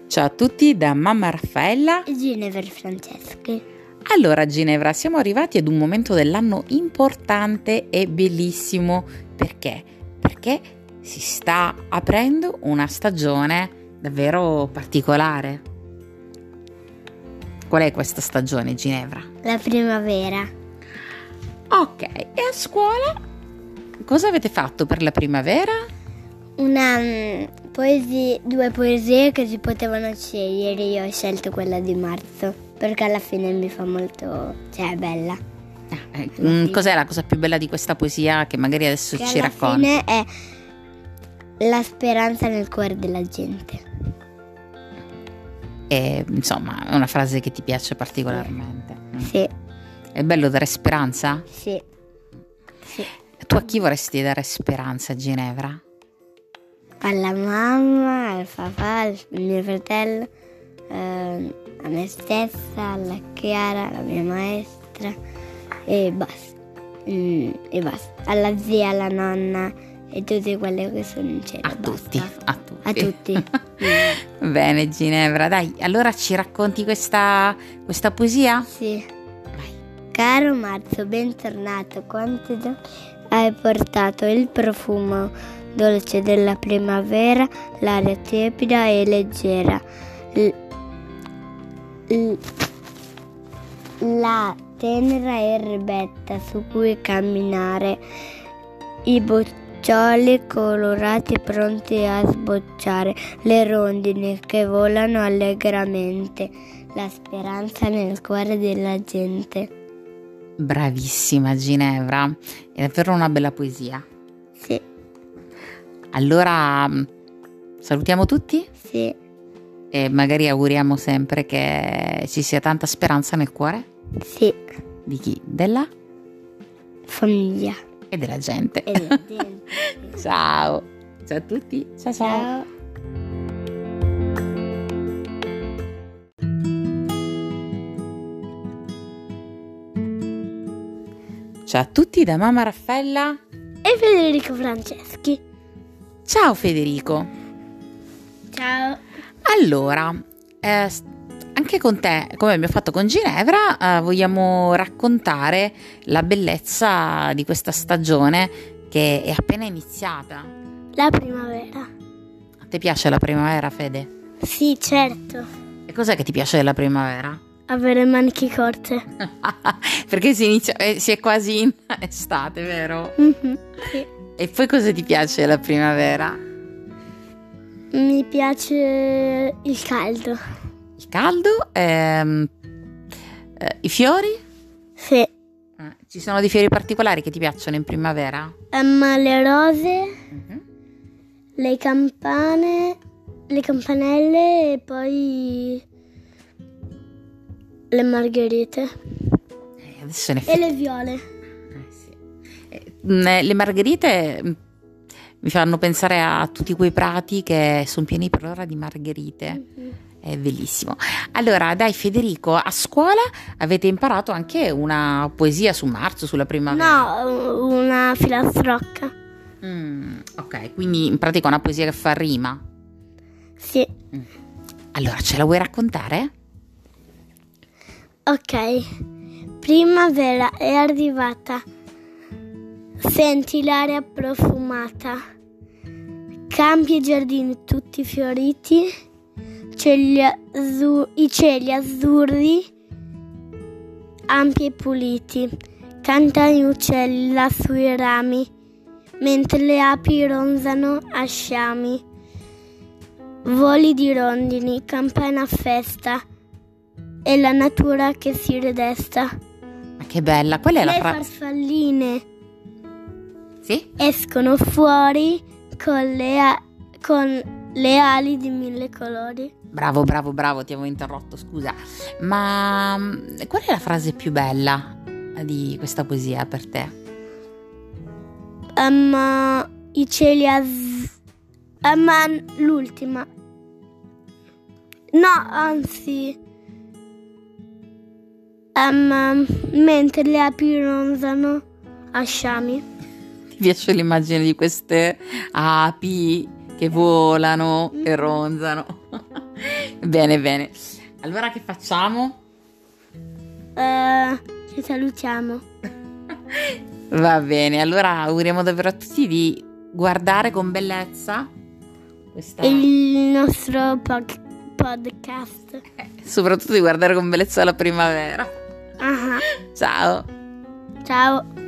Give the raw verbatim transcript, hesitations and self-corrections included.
Ciao a tutti da mamma Raffaella e Ginevra Franceschi. Allora Ginevra, siamo arrivati ad un momento dell'anno importante e bellissimo. Perché? Perché si sta aprendo una stagione davvero particolare. Qual è questa stagione, Ginevra? La primavera. Ok, e a scuola cosa avete fatto per la primavera? Una um, poesia, due poesie che si potevano scegliere. Io ho scelto quella di marzo perché alla fine mi fa molto, cioè è bella. Ah, eh, cos'è la cosa più bella di questa poesia che magari adesso che ci alla racconti? Alla fine è la speranza nel cuore della gente. E, insomma, è una frase che ti piace particolarmente. Sì. È bello dare speranza? Sì. Sì. Tu a chi vorresti dare speranza, Ginevra? Alla mamma, al papà, al mio fratello, eh, a me stessa, alla Chiara, alla mia maestra e basta. Mm, e basta. Alla zia, alla nonna e tutte quelle che sono in cielo. A tutti, a tutti. A tutti. mm. Bene Ginevra, dai, allora ci racconti questa, questa poesia? Sì. Vai. Caro Marzo, bentornato, quanti giorni hai portato il profumo dolce della primavera, l'aria tiepida e leggera, L- l- la tenera erbetta su cui camminare, i boccioli colorati pronti a sbocciare, le rondini che volano allegramente, la speranza nel cuore della gente. Bravissima Ginevra, è davvero una bella poesia. Sì. Allora salutiamo tutti? Sì. E magari auguriamo sempre che ci sia tanta speranza nel cuore? Sì. Di chi? Della? Famiglia. E della gente. E della gente. Ciao. Ciao a tutti. Ciao ciao. Ciao. Ciao a tutti da mamma Raffaella e Federico Franceschi. Ciao Federico. Ciao. Allora, eh, anche con te, come abbiamo fatto con Ginevra, eh, vogliamo raccontare la bellezza di questa stagione che è appena iniziata. La primavera. A te piace la primavera, Fede? Sì, certo. E cos'è che ti piace della primavera? Avere maniche corte. Perché si inizia, eh, si è quasi in estate, vero? Mm-hmm, sì. E poi cosa ti piace della primavera? Mi piace il caldo. Il caldo? Ehm, eh, I fiori? Sì. Eh, ci sono dei fiori particolari che ti piacciono in primavera? Um, le rose, Mm-hmm. le campane, le campanelle e poi le margherite. Eh, adesso ne e le viole. Eh, sì. eh, le margherite mm, mi fanno pensare a tutti quei prati che sono pieni per ora di margherite. Mm-hmm. È bellissimo. Allora, dai Federico, a scuola avete imparato anche una poesia su marzo, sulla primavera? No, una filastrocca. Mm, ok, quindi in pratica una poesia che fa rima. Sì. Mm. Allora, ce la vuoi raccontare? Ok. Primavera è arrivata. Senti l'aria profumata. Campi e giardini tutti fioriti. Cieli azzu- I cieli azzurri, ampi e puliti, cantano gli uccelli là sui rami, mentre le api ronzano a sciami. Voli di rondini, campana a festa, e la natura che si ridesta. Ma che bella, qual è le la frase? Le farfalline sì? escono fuori con le, a- con le ali di mille colori. Bravo, bravo, bravo, ti avevo interrotto, scusa. Ma qual è la frase più bella di questa poesia per te? Um, I cieli az... Um, l'ultima. No, anzi. Um, mentre le api ronzano a sciami. Ti piace l'immagine di queste api che volano e ronzano? Bene, bene. Allora che facciamo? Eh, ci salutiamo. Va bene, allora auguriamo davvero a tutti di guardare con bellezza questa... il nostro pod- podcast. soprattutto di guardare con bellezza la primavera. Ah, Ciao. ciao.